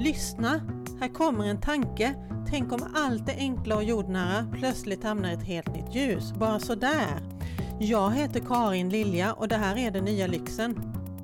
Lyssna, här kommer en tanke. Tänk om allt det enkla och jordnära plötsligt hamnar i ett helt nytt ljus. Bara så där. Jag heter Karin Lilja och det här är Den nya lyxen.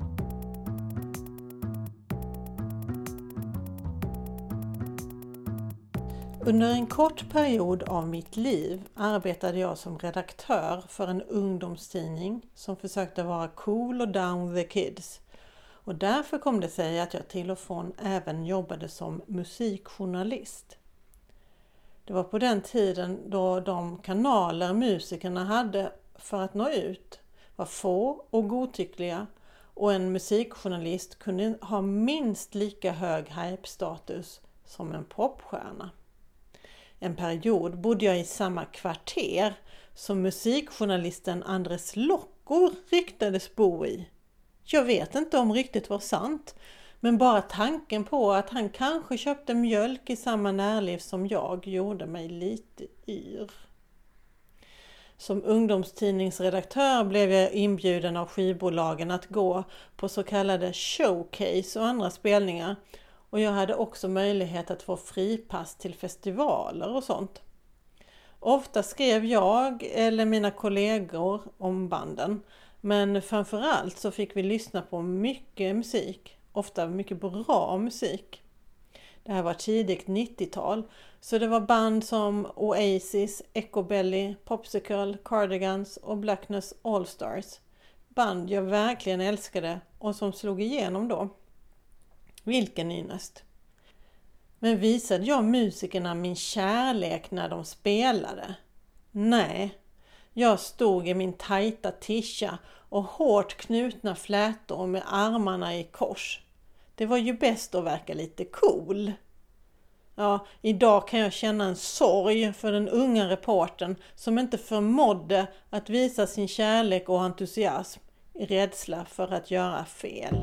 Under en kort period av mitt liv arbetade jag som redaktör för en ungdomstidning som försökte vara cool och down the kids. Och därför kom det sig att jag till och från även jobbade som musikjournalist. Det var på den tiden då de kanaler musikerna hade för att nå ut var få och godtyckliga och en musikjournalist kunde ha minst lika hög hype-status som en popstjärna. En period bodde jag i samma kvarter som musikjournalisten Andres Lokko ryktades bo i. Jag vet inte om ryktet var sant, men bara tanken på att han kanske köpte mjölk i samma närliv som jag gjorde mig lite yr. Som ungdomstidningsredaktör blev jag inbjuden av skivbolagen att gå på så kallade showcase och andra spelningar. Och jag hade också möjlighet att få fripass till festivaler och sånt. Ofta skrev jag eller mina kollegor om banden. Men framförallt så fick vi lyssna på mycket musik. Ofta mycket bra musik. Det här var tidigt 90-tal. Så det var band som Oasis, Echobelly, Popsicle, Cardigans och Blackness All Stars. Band jag verkligen älskade och som slog igenom då. Vilken ynnest. Men visade jag musikerna min kärlek när de spelade? Nej, jag stod i min tajta tisha och hårt knutna flätor med armarna i kors. Det var ju bäst att verka lite cool. Ja, idag kan jag känna en sorg för den unga reportern som inte förmådde att visa sin kärlek och entusiasm i rädsla för att göra fel.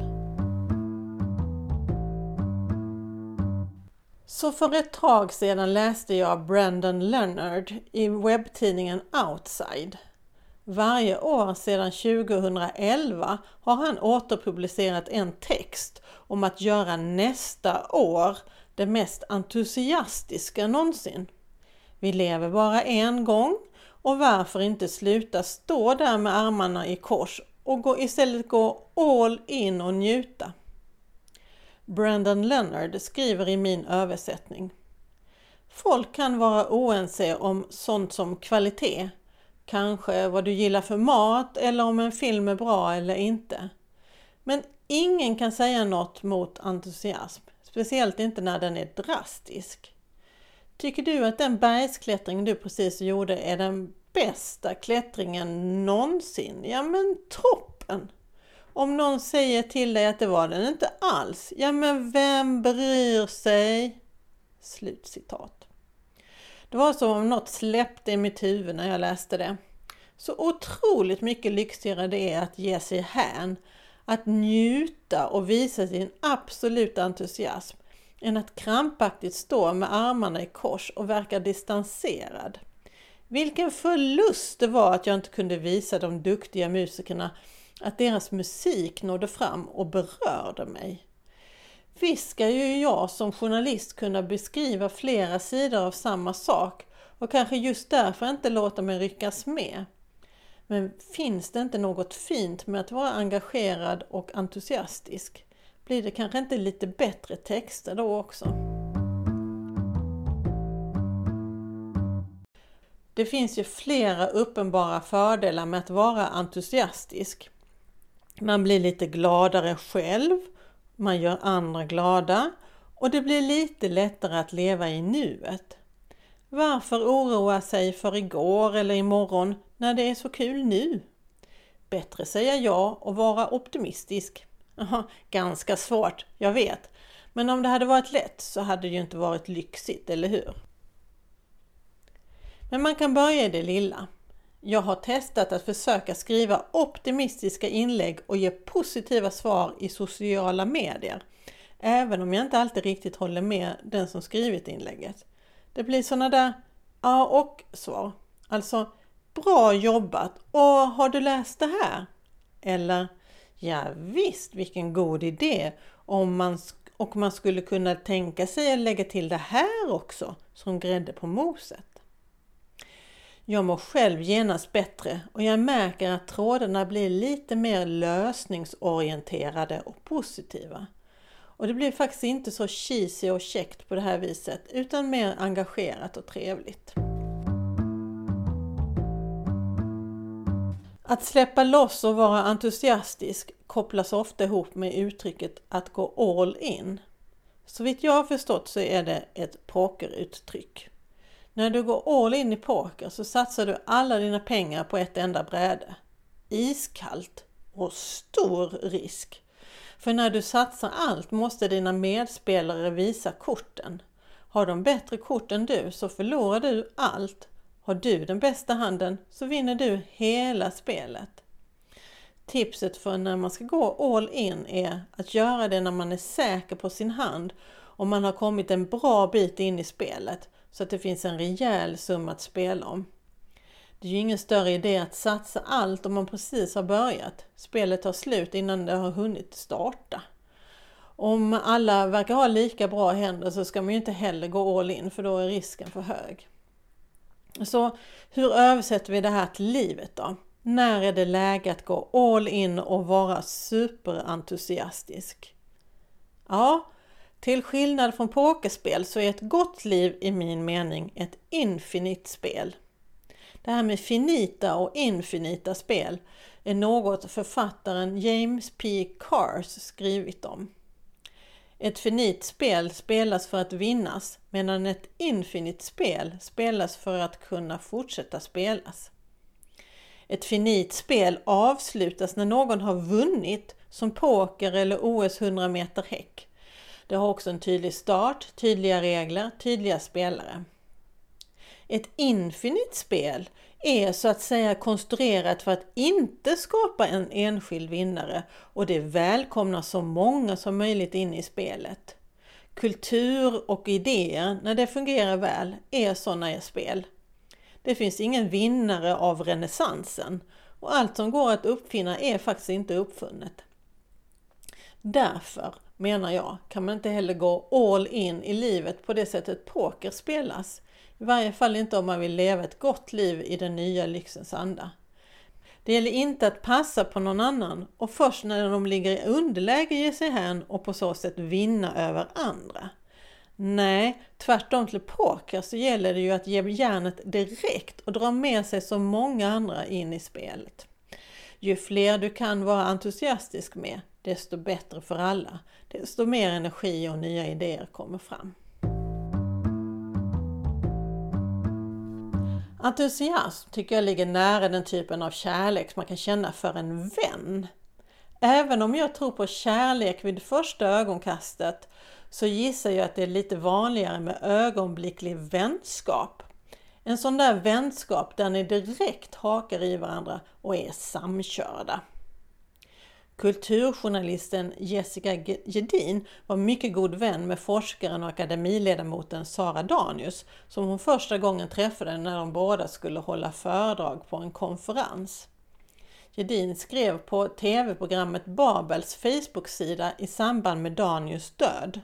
Så för ett tag sedan läste jag Brandon Leonard i webbtidningen Outside. Varje år sedan 2011 har han återpublicerat en text om att göra nästa år det mest entusiastiska någonsin. Vi lever bara en gång och varför inte sluta stå där med armarna i kors och istället gå all in och njuta. Brandon Leonard skriver i min översättning. Folk kan vara oense om sånt som kvalitet, kanske vad du gillar för mat eller om en film är bra eller inte. Men ingen kan säga något mot entusiasm, speciellt inte när den är drastisk. Tycker du att den bergsklättring du precis gjorde är den bästa klättringen någonsin? Ja men toppen! Om någon säger till dig att det var den inte alls, ja men vem bryr sig? Slutcitat. Det var som om något släppte i mitt huvud när jag läste det. Så otroligt mycket lyxigare det är att ge sig hän, att njuta och visa sin absoluta entusiasm än att krampaktigt stå med armarna i kors och verka distanserad. Vilken förlust det var att jag inte kunde visa de duktiga musikerna att deras musik nådde fram och berörde mig. Visst ska ju jag som journalist kunna beskriva flera sidor av samma sak och kanske just därför inte låta mig ryckas med. Men finns det inte något fint med att vara engagerad och entusiastisk? Blir det kanske inte lite bättre texter då också? Det finns ju flera uppenbara fördelar med att vara entusiastisk. Man blir lite gladare själv, man gör andra glada och det blir lite lättare att leva i nuet. Varför oroa sig för igår eller imorgon när det är så kul nu? Bättre säga ja och vara optimistisk. Aha, ganska svårt, jag vet. Men om det hade varit lätt så hade det ju inte varit lyxigt, eller hur? Men man kan börja i det lilla. Jag har testat att försöka skriva optimistiska inlägg och ge positiva svar i sociala medier. Även om jag inte alltid riktigt håller med den som skrivit inlägget. Det blir sådana där ja och svar. Alltså, bra jobbat och har du läst det här? Eller, ja visst vilken god idé och man skulle kunna tänka sig att lägga till det här också som grädde på moset. Jag mår själv genast bättre och jag märker att trådarna blir lite mer lösningsorienterade och positiva. Och det blir faktiskt inte så cheesy och käckt på det här viset utan mer engagerat och trevligt. Att släppa loss och vara entusiastisk kopplas ofta ihop med uttrycket att gå all in. Så vitt jag har förstått så är det ett pokeruttryck. När du går all in i poker så satsar du alla dina pengar på ett enda bräde. Iskallt och stor risk. För när du satsar allt måste dina medspelare visa korten. Har de bättre kort än du så förlorar du allt. Har du den bästa handen så vinner du hela spelet. Tipset för när man ska gå all in är att göra det när man är säker på sin hand och man har kommit en bra bit in i spelet så att det finns en rejäl summa att spela om. Det är ju ingen större idé att satsa allt om man precis har börjat. Spelet tar slut innan det har hunnit starta. Om alla verkar ha lika bra händer så ska man ju inte heller gå all in för då är risken för hög. Så hur översätter vi det här till livet då? När är det läge att gå all in och vara superentusiastisk? Ja, till skillnad från pokerspel så är ett gott liv i min mening ett infinite spel. Det här med finita och infinita spel är något författaren James P. Cars skrivit om. Ett finit spel spelas för att vinnas medan ett infinite spel spelas för att kunna fortsätta spelas. Ett finit spel avslutas när någon har vunnit som poker eller OS 100 meter häck. Det har också en tydlig start, tydliga regler, tydliga spelare. Ett infinite spel är så att säga konstruerat för att inte skapa en enskild vinnare och det välkomnar så många som möjligt in i spelet. Kultur och idéer, när det fungerar väl, är sådana spel. Det finns ingen vinnare av renässansen och allt som går att uppfinna är faktiskt inte uppfunnet. Därför, menar jag, kan man inte heller gå all in i livet på det sättet poker spelas. I varje fall inte om man vill leva ett gott liv i den nya lyxens anda. Det gäller inte att passa på någon annan och först när de ligger i underläge ge sig hän och på så sätt vinna över andra. Nej, tvärtom till poker så gäller det ju att ge järnet direkt och dra med sig så många andra in i spelet. Ju fler du kan vara entusiastisk med, desto bättre för alla. Desto mer energi och nya idéer kommer fram. Entusiasm tycker jag ligger nära den typen av kärlek som man kan känna för en vän. Även om jag tror på kärlek vid första ögonkastet så gissar jag att det är lite vanligare med ögonblicklig vänskap. En sån där vänskap där ni direkt hakar i varandra och är samkörda. Kulturjournalisten Jessica Gedin var mycket god vän med forskaren och akademiledamoten Sara Danius som hon första gången träffade när de båda skulle hålla föredrag på en konferens. Gedin skrev på tv-programmet Babels Facebook-sida i samband med Danius död.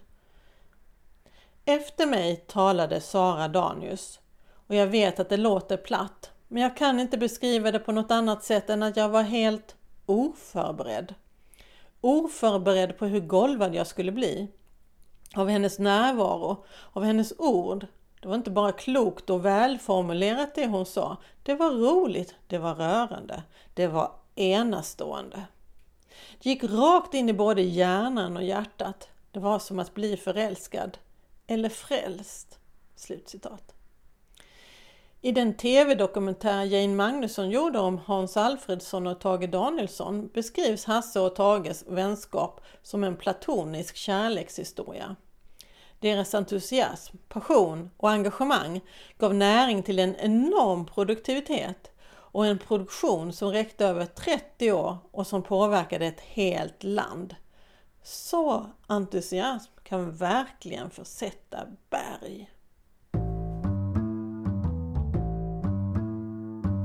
Efter mig talade Sara Danius och jag vet att det låter platt men jag kan inte beskriva det på något annat sätt än att jag var helt oförberedd. Oförberedd på hur golvad jag skulle bli. Av hennes närvaro, av hennes ord. Det var inte bara klokt och välformulerat det hon sa. Det var roligt, det var rörande, det var enastående. Det gick rakt in i både hjärnan och hjärtat. Det var som att bli förälskad. Eller frälst. Slutcitat. I den tv-dokumentär Jane Magnusson gjorde om Hans Alfredsson och Tage Danielsson beskrivs Hasse och Tages vänskap som en platonisk kärlekshistoria. Deras entusiasm, passion och engagemang gav näring till en enorm produktivitet och en produktion som räckte över 30 år och som påverkade ett helt land. Så entusiasm kan verkligen försätta berg.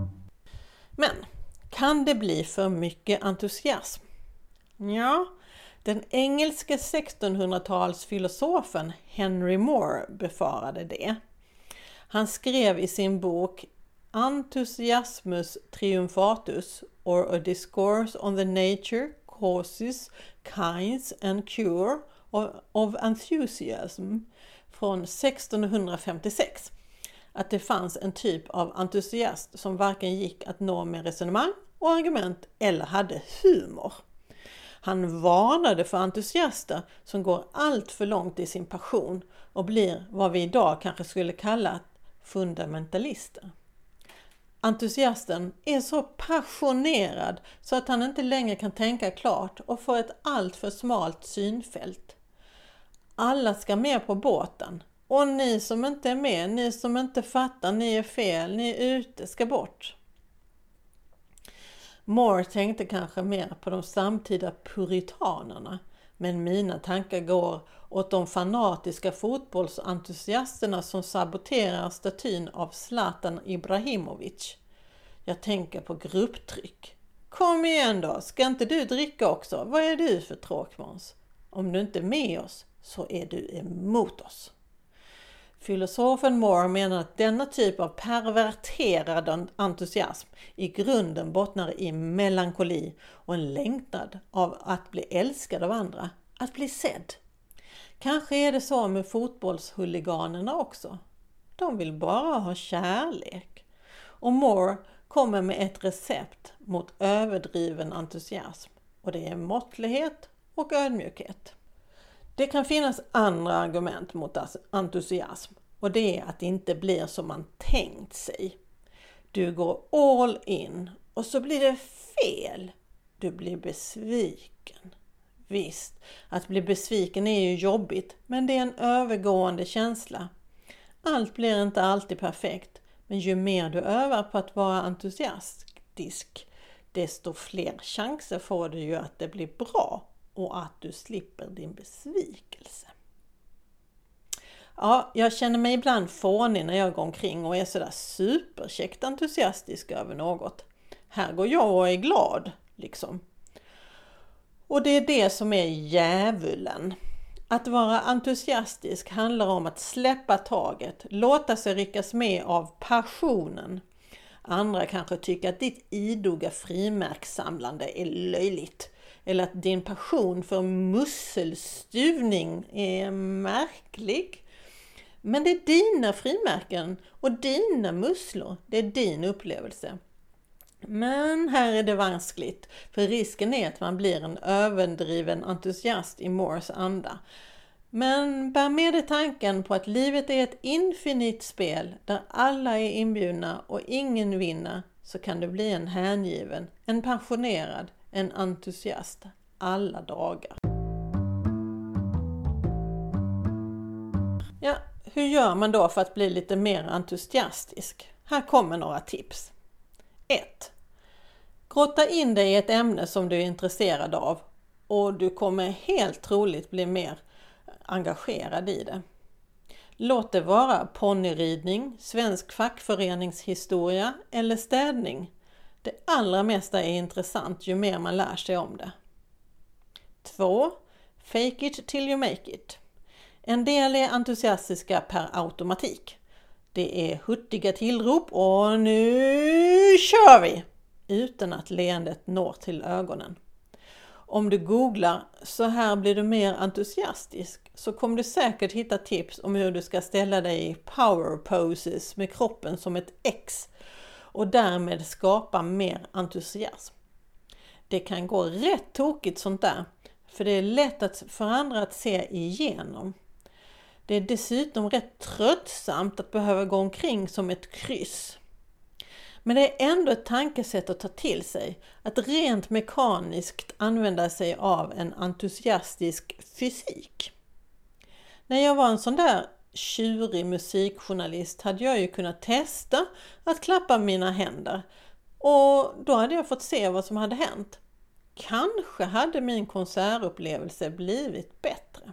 Men kan det bli för mycket entusiasm? Ja, Den engelske 1600-talsfilosofen Henry Moore befarade det. Han skrev i sin bok Enthusiasmus Triumphatus or a Discourse on the Nature, Causes, Kinds and Cure of Enthusiasm från 1656 att det fanns en typ av entusiast som varken gick att nå med resonemang och argument eller hade humor. Han varnade för entusiaster som går allt för långt i sin passion och blir vad vi idag kanske skulle kalla fundamentalister. Entusiasten är så passionerad så att han inte längre kan tänka klart och får ett allt för smalt synfält. Alla ska med på båten och ni som inte är med, ni som inte fattar, ni är fel, ni är ute, ska bort. Moore tänkte kanske mer på de samtida puritanerna, men mina tankar går åt de fanatiska fotbollsentusiasterna som saboterar statyn av Zlatan Ibrahimovic. Jag tänker på grupptryck. Kom igen då, ska inte du dricka också? Vad är du för tråkmåns? Om du inte är med oss så är du emot oss. Filosofen Moore menar att denna typ av perverterad entusiasm i grunden bottnar i melankoli och en längtan av att bli älskad av andra, att bli sedd. Kanske är det så med fotbollshuliganerna också. De vill bara ha kärlek. Och Moore kommer med ett recept mot överdriven entusiasm, och det är måttlighet och ödmjukhet. Det kan finnas andra argument mot entusiasm, och det är att det inte blir som man tänkt sig. Du går all in och så blir det fel. Du blir besviken. Visst, att bli besviken är ju jobbigt, men det är en övergående känsla. Allt blir inte alltid perfekt, men ju mer du övar på att vara entusiastisk, desto fler chanser får du ju att det blir bra och att du slipper din besvikelse. Ja, jag känner mig ibland fånig när jag går omkring och är sådär superkäckt entusiastisk över något. Här går jag och är glad, liksom. Och det är det som är djävulen. Att vara entusiastisk handlar om att släppa taget, låta sig ryckas med av passionen. Andra kanske tycker att ditt idoga frimärkssamlande är löjligt, eller att din passion för musselstuvning är märklig. Men det är dina frimärken och dina musslor, det är din upplevelse. Men här är det vanskligt, för risken är att man blir en överdriven entusiast i Moores anda. Men bär med dig tanken på att livet är ett infinit spel där alla är inbjudna och ingen vinner, så kan du bli en hängiven, en passionerad, en entusiast alla dagar. Ja, hur gör man då för att bli lite mer entusiastisk? Här kommer några tips. 1. Grotta in dig i ett ämne som du är intresserad av och du kommer helt troligt bli mer engagerad i det. Låt det vara ponnyridning, svensk fackföreningshistoria eller städning. Det allra mesta är intressant ju mer man lär sig om det. 2. Fake it till you make it. En del är entusiastiska per automatik. Det är hurtiga tillrop och nu kör vi! Utan att leendet når till ögonen. Om du googlar "så här blir du mer entusiastisk" så kommer du säkert hitta tips om hur du ska ställa dig i power poses med kroppen som ett X och därmed skapa mer entusiasm. Det kan gå rätt tokigt sånt där, för det är lätt för andra att se igenom. Det är dessutom rätt tröttsamt att behöva gå omkring som ett kryss. Men det är ändå ett tankesätt att ta till sig, att rent mekaniskt använda sig av en entusiastisk fysik. När jag var en sån där tjurig musikjournalist hade jag ju kunnat testa att klappa mina händer, och då hade jag fått se vad som hade hänt. Kanske hade min konsertupplevelse blivit bättre.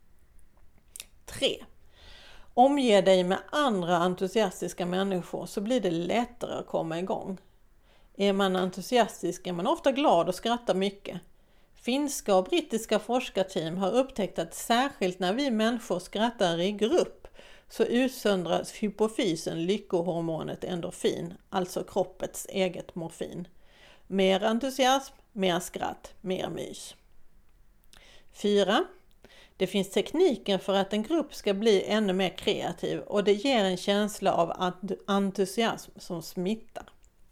3. Omge dig med andra entusiastiska människor så blir det lättare att komma igång. Är man entusiastisk är man ofta glad och skrattar mycket. Finska och brittiska forskarteam har upptäckt att särskilt när vi människor skrattar i grupp så utsöndras hypofysen lyckohormonet endorfin, alltså kroppens eget morfin. Mer entusiasm, mer skratt, mer mys. 4. Det finns tekniker för att en grupp ska bli ännu mer kreativ och det ger en känsla av entusiasm som smittar.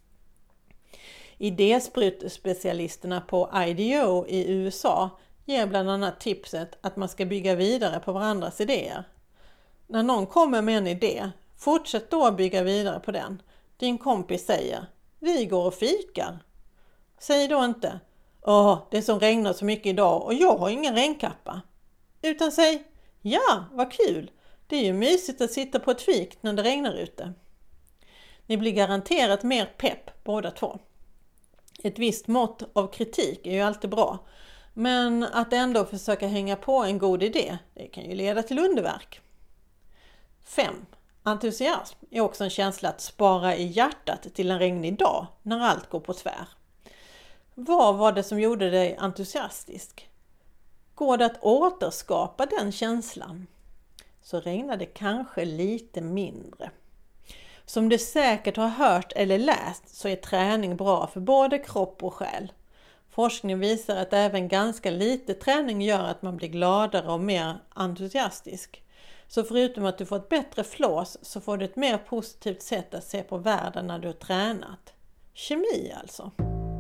Idésprutspecialisterna på IDEO i USA ger bland annat tipset att man ska bygga vidare på varandras idéer. När någon kommer med en idé, fortsätt då att bygga vidare på den. Din kompis säger, vi går och fikar. Säg då inte, det som regnar så mycket idag och jag har ingen regnkappa. Utan säg, ja, vad kul. Det är ju mysigt att sitta på ett fik när det regnar ute. Ni blir garanterat mer pepp båda två. Ett visst mått av kritik är ju alltid bra. Men att ändå försöka hänga på en god idé, det kan ju leda till underverk. 5. Entusiasm är också en känsla att spara i hjärtat till en regnig dag när allt går på tvär. Vad var det som gjorde dig entusiastisk? Går det att återskapa den känslan? Så regnar det kanske lite mindre. Som du säkert har hört eller läst så är träning bra för både kropp och själ. Forskning visar att även ganska lite träning gör att man blir gladare och mer entusiastisk. Så förutom att du får ett bättre flås så får du ett mer positivt sätt att se på världen när du har tränat. Kemi alltså.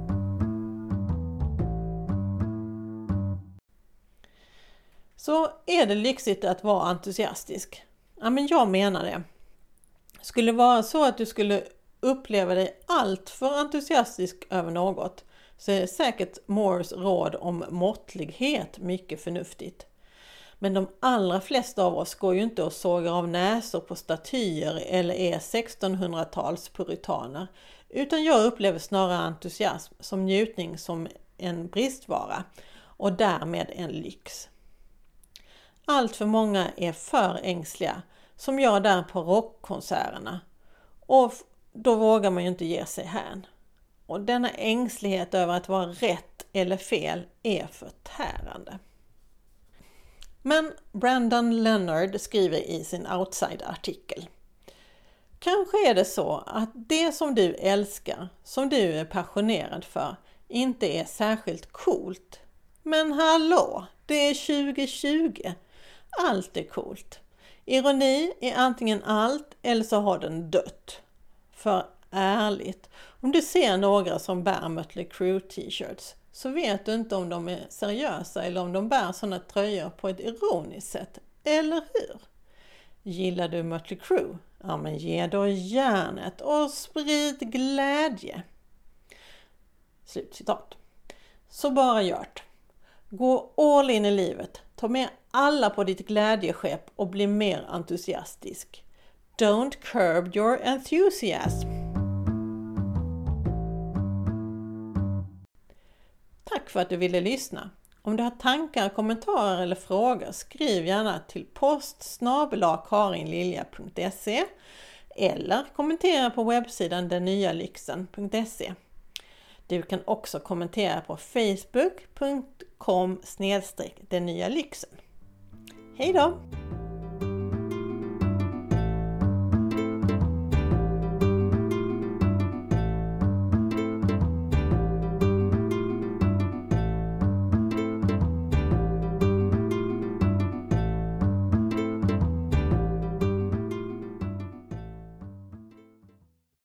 Så är det lyxigt att vara entusiastisk? Ja, men jag menar det. Skulle det vara så att du skulle uppleva dig allt för entusiastisk över något så är säkert Moores råd om måttlighet mycket förnuftigt. Men de allra flesta av oss går ju inte och sågar av näsor på statyer eller är 1600-tals puritaner. Utan jag upplever snarare entusiasm som njutning som en bristvara och därmed en lyx. Allt för många är för ängsliga som jag där på rockkonserterna och då vågar man ju inte ge sig hän. Och denna ängslighet över att vara rätt eller fel är förtärande. Men Brandon Leonard skriver i sin Outside-artikel. Kanske är det så att det som du älskar, som du är passionerad för, inte är särskilt coolt. Men hallå, det är 2020. Allt är coolt. Ironi är antingen allt eller så har den dött. För ärligt, om du ser några som bär Mötley Crüe t-shirts så vet du inte om de är seriösa eller om de bär sådana tröjor på ett ironiskt sätt. Eller hur? Gillar du Mötley Crüe? Ja, men ge då järnet och sprid glädje. Slutcitat. Så bara gjort. Gå all in i livet. Ta med alla på ditt glädjeskepp och bli mer entusiastisk. Don't curb your enthusiasm. Tack för att du ville lyssna. Om du har tankar, kommentarer eller frågor, skriv gärna till post@karinlilja.se eller kommentera på webbsidan dennyalyxen.se. Du kan också kommentera på facebook.com/dennyalyxen. Hej då!